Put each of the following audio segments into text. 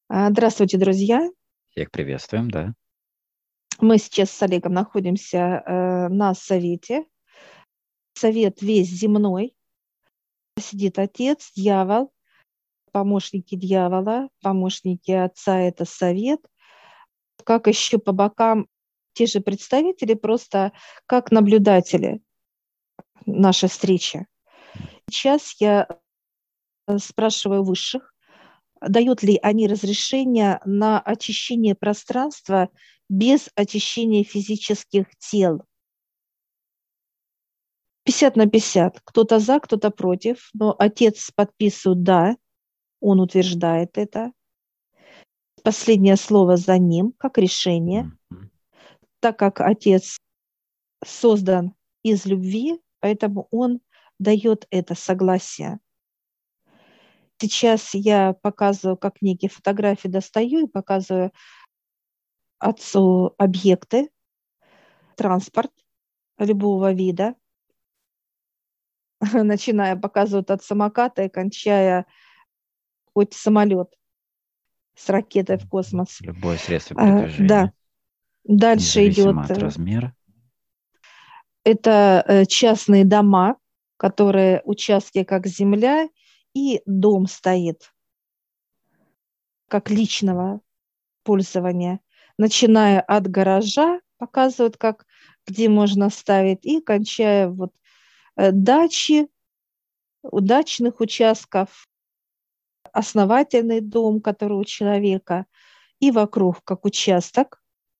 Здравствуйте, друзья! Всех приветствуем, да. Мы сейчас с Олегом находимся на совете. Совет весь земной. Сидит отец, дьявол, помощники дьявола, помощники отца– это совет. Как еще по бокам те же представители, просто как наблюдатели нашей встречи. Сейчас я спрашиваю высших, дают ли они разрешение на очищение пространства без очищения физических тел. 50/50. Кто-то за, кто-то против. Но отец подписывает «да», он утверждает это. Последнее слово за ним, как решение. Мгм. Так как отец создан из любви, поэтому он дает это согласие. Сейчас я показываю, как некие фотографии достаю и показываю отцу объекты, транспорт любого вида, начиная показывать от самоката и кончая хоть самолет с ракетой в космос. Любое средство Да, передвижения, дальше независимо идет, от размера. это частные дома, которые участки как земля, и дом стоит как личного пользования. Начиная от гаража, показывают, как, где можно ставить, и кончая дачи, удачных участков, основательный дом, который у человека, и вокруг как участок,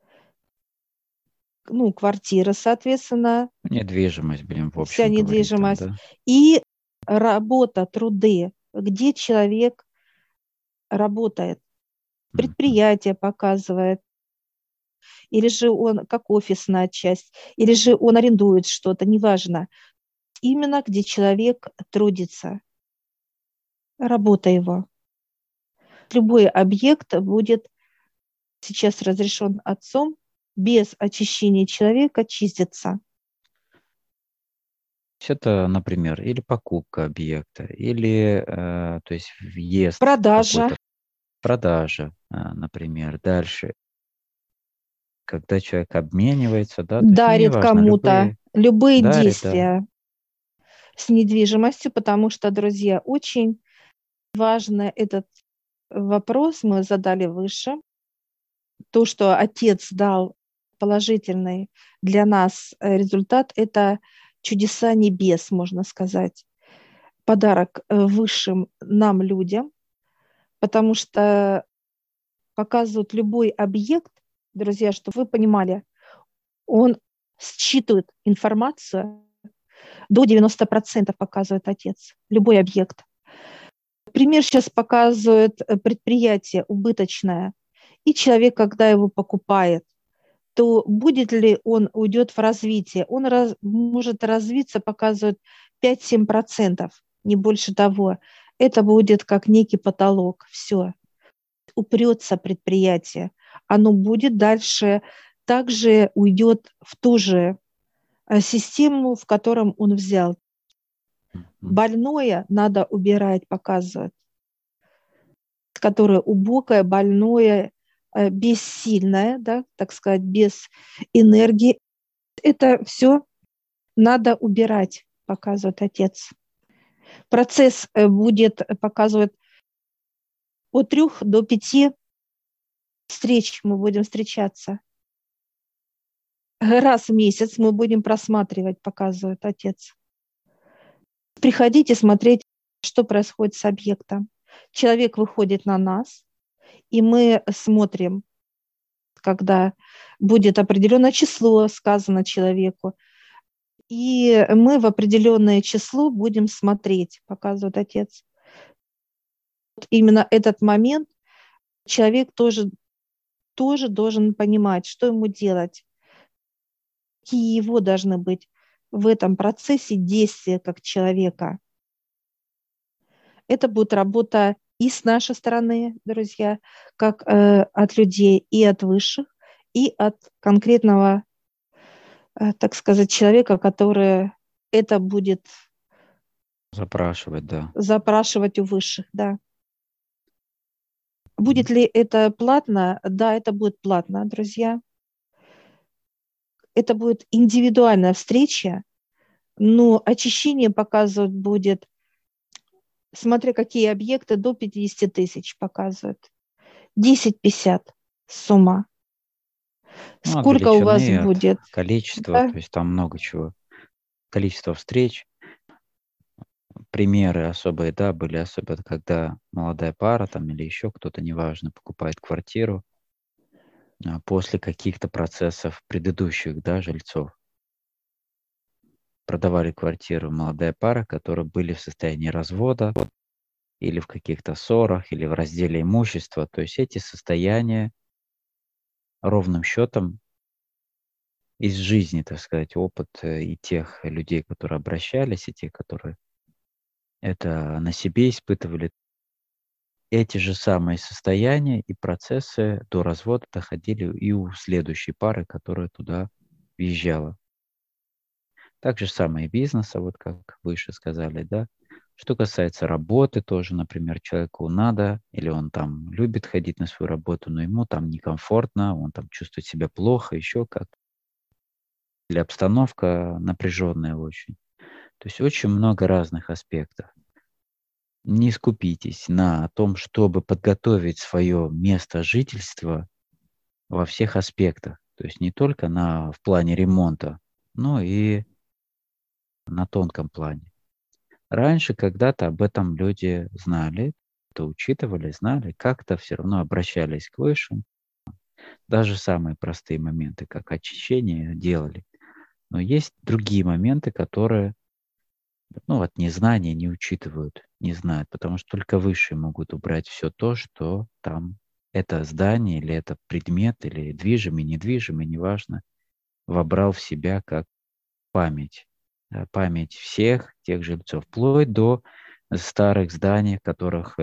квартира, соответственно, Недвижимость, будем в вся общем говорить там, недвижимость, да. и работа, труды, где человек работает. Мгм. Предприятие показывает, или же он как офисная часть, или же он арендует что-то, неважно. Именно где человек трудится, работа его. Любой объект будет сейчас разрешен отцом, без очищения человека чистится. То есть это, например, или покупка объекта, или то есть въезд Продажа, какой-то, продажа, например. Дальше, когда человек обменивается, да, то есть, ну, дарит неважно, кому-то, любые любые дарит, да. действия с недвижимостью, потому что, друзья, очень важно этот вопрос мы задали выше. То, что отец дал положительный для нас результат, это чудеса небес, можно сказать. Подарок высшим нам, людям, потому что показывают любой объект, друзья, чтобы вы понимали, он считывает информацию, до 90% показывает отец, любой объект. Пример сейчас показывает предприятие убыточное, и человек, когда его покупает, то будет ли он уйдет в развитие? Он может развиться, показывает 5-7%, не больше того. Это будет как некий потолок. Все. Упрется предприятие. Оно будет дальше, также уйдет в ту же систему, в котором он взял. Мгм. Больное надо убирать, показывать, которое убогое, больное, бессильное, да, так сказать, без энергии. Это все надо убирать, показывает отец. Процесс будет показывать от 3 до 5 встреч мы будем встречаться. Раз в месяц мы будем просматривать, показывает отец. Приходите смотреть, что происходит с объектом. Человек выходит на нас, и мы смотрим, когда будет определенное число сказано человеку, и мы в определенное число будем смотреть, показывает отец. Именно этот момент человек тоже должен понимать, что ему делать, какие его должны быть в этом процессе действия как человека. Это будет работа и с нашей стороны, друзья, как от людей, и от высших, и от конкретного, так сказать, человека, который это будет Запрашивать, да. запрашивать у высших, да. Будет ли это платно? Да, это будет платно, друзья. Это будет индивидуальная встреча, но очищение показывать будет, смотря какие объекты, до 50 тысяч показывают. 10-50 сумма. Ну, от Сколько у вас величины, от будет? количества, Да? то есть там много чего. Количество встреч, примеры особые, да, были особенно, когда молодая пара там или еще кто-то, неважно, покупает квартиру после каких-то процессов предыдущих, да, жильцов. Продавали квартиру молодая пара, которые были в состоянии развода или в каких-то ссорах, или в разделе имущества. То есть эти состояния ровным счетом из жизни, так сказать, опыт и тех людей, которые обращались, и тех, которые это на себе испытывали, эти же самые состояния и процессы до развода доходили и у следующей пары, которая туда въезжала. Так же самое и бизнеса, вот как выше сказали, да. Что касается работы тоже, например, человеку надо, или он там любит ходить на свою работу, но ему там некомфортно, он там чувствует себя плохо, еще как. Или обстановка напряженная очень. То есть очень много разных аспектов. Не скупитесь на том, чтобы подготовить свое место жительства во всех аспектах. То есть не только в плане ремонта, но и на тонком плане. Раньше когда-то об этом люди знали, это учитывали, знали, как-то все равно обращались к высшим. Даже самые простые моменты, как очищение, делали. Но есть другие моменты, которые от незнания не учитывают, не знают, потому что только высшие могут убрать все то, что там это здание или это предмет, или движимый, недвижимый, неважно, вобрал в себя как память. Память всех тех жильцов, вплоть до старых зданий, в которых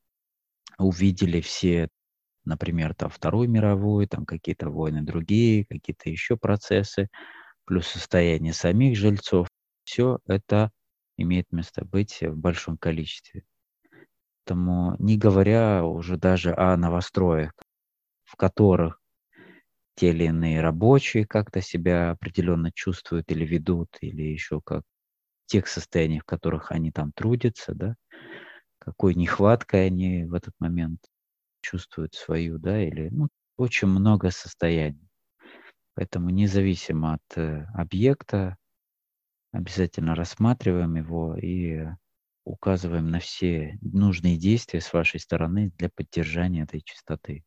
увидели все, например, там Вторую мировую, там какие-то войны другие, какие-то еще процессы, плюс состояние самих жильцов. Все это имеет место быть в большом количестве. Поэтому, не говоря уже даже о новостроях, в которых те или иные рабочие как-то себя определенно чувствуют или ведут, или еще как в тех состояниях, в которых они там трудятся, да, какой нехваткой они в этот момент чувствуют свою, да, или очень много состояний. Поэтому независимо от объекта, обязательно рассматриваем его и указываем на все нужные действия с вашей стороны для поддержания этой чистоты.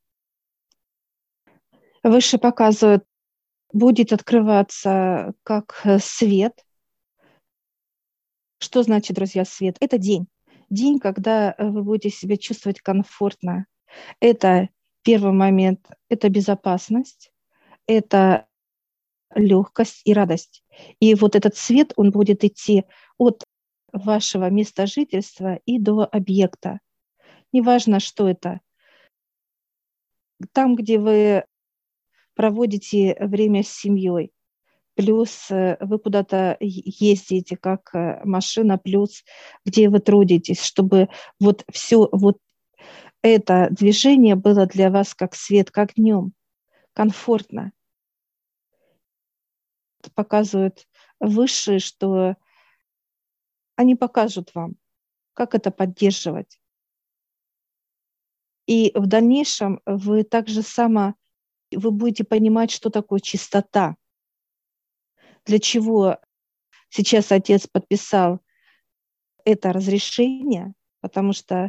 Выше показывают, будет открываться как свет. Что значит, друзья, свет? Это день. День, когда вы будете себя чувствовать комфортно. Это первый момент, это безопасность, это легкость и радость. И вот этот свет, он будет идти от вашего места жительства и до объекта. Неважно, что это. Там, где вы проводите время с семьей, плюс вы куда-то ездите, как машина, плюс где вы трудитесь, чтобы вот все вот это движение было для вас как свет, как днем, комфортно. Показывают высшие, что они покажут вам, как это поддерживать. И в дальнейшем вы также вы будете понимать, что такое чистота. Для чего сейчас отец подписал это разрешение, потому что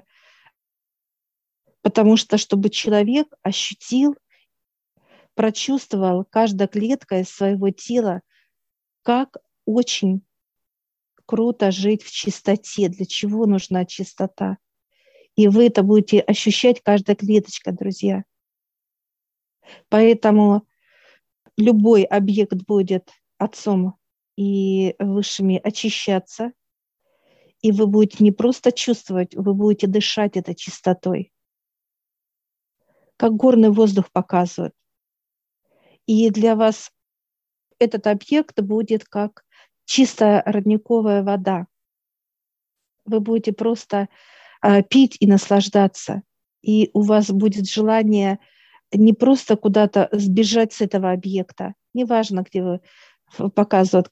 чтобы человек ощутил, прочувствовал каждой клеткой своего тела, как очень круто жить в чистоте, для чего нужна чистота. И вы это будете ощущать каждой клеточкой, друзья. Поэтому любой объект будет отцом и высшими очищаться, и вы будете не просто чувствовать, вы будете дышать этой чистотой. Как горный воздух показывают. И для вас этот объект будет как чистая родниковая вода. Вы будете просто пить и наслаждаться. и у вас будет желание не просто куда-то сбежать с этого объекта, неважно, где вы показывают,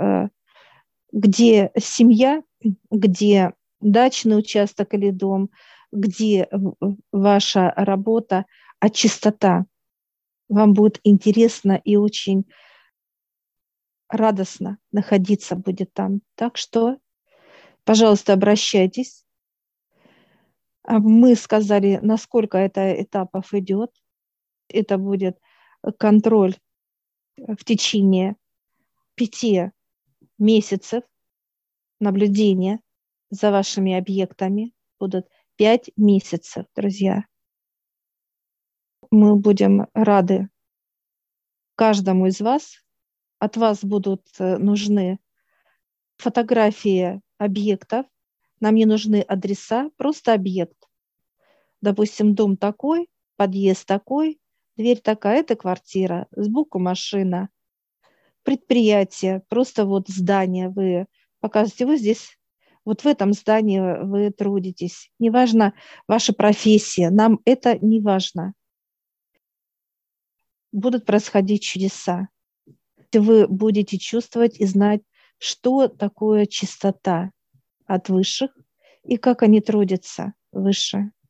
где семья, где дачный участок или дом, где ваша работа, а чистота. Вам будет интересно и очень радостно находиться будет там. Так что, пожалуйста, обращайтесь. Мы сказали, насколько это этапов идет. Это будет контроль в течение 5 месяцев наблюдения за вашими объектами. Будут 5 месяцев, друзья. Мы будем рады каждому из вас. От вас будут нужны фотографии объектов. Нам не нужны адреса, просто объект. Допустим, дом такой, подъезд такой, дверь такая, это квартира, сбоку машина, предприятие, просто вот здание вы показываете, вы здесь, вот в этом здании вы трудитесь. Неважно ваша профессия, нам это не важно. Будут происходить чудеса. Вы будете чувствовать и знать, что такое чистота от высших и как они трудятся выше.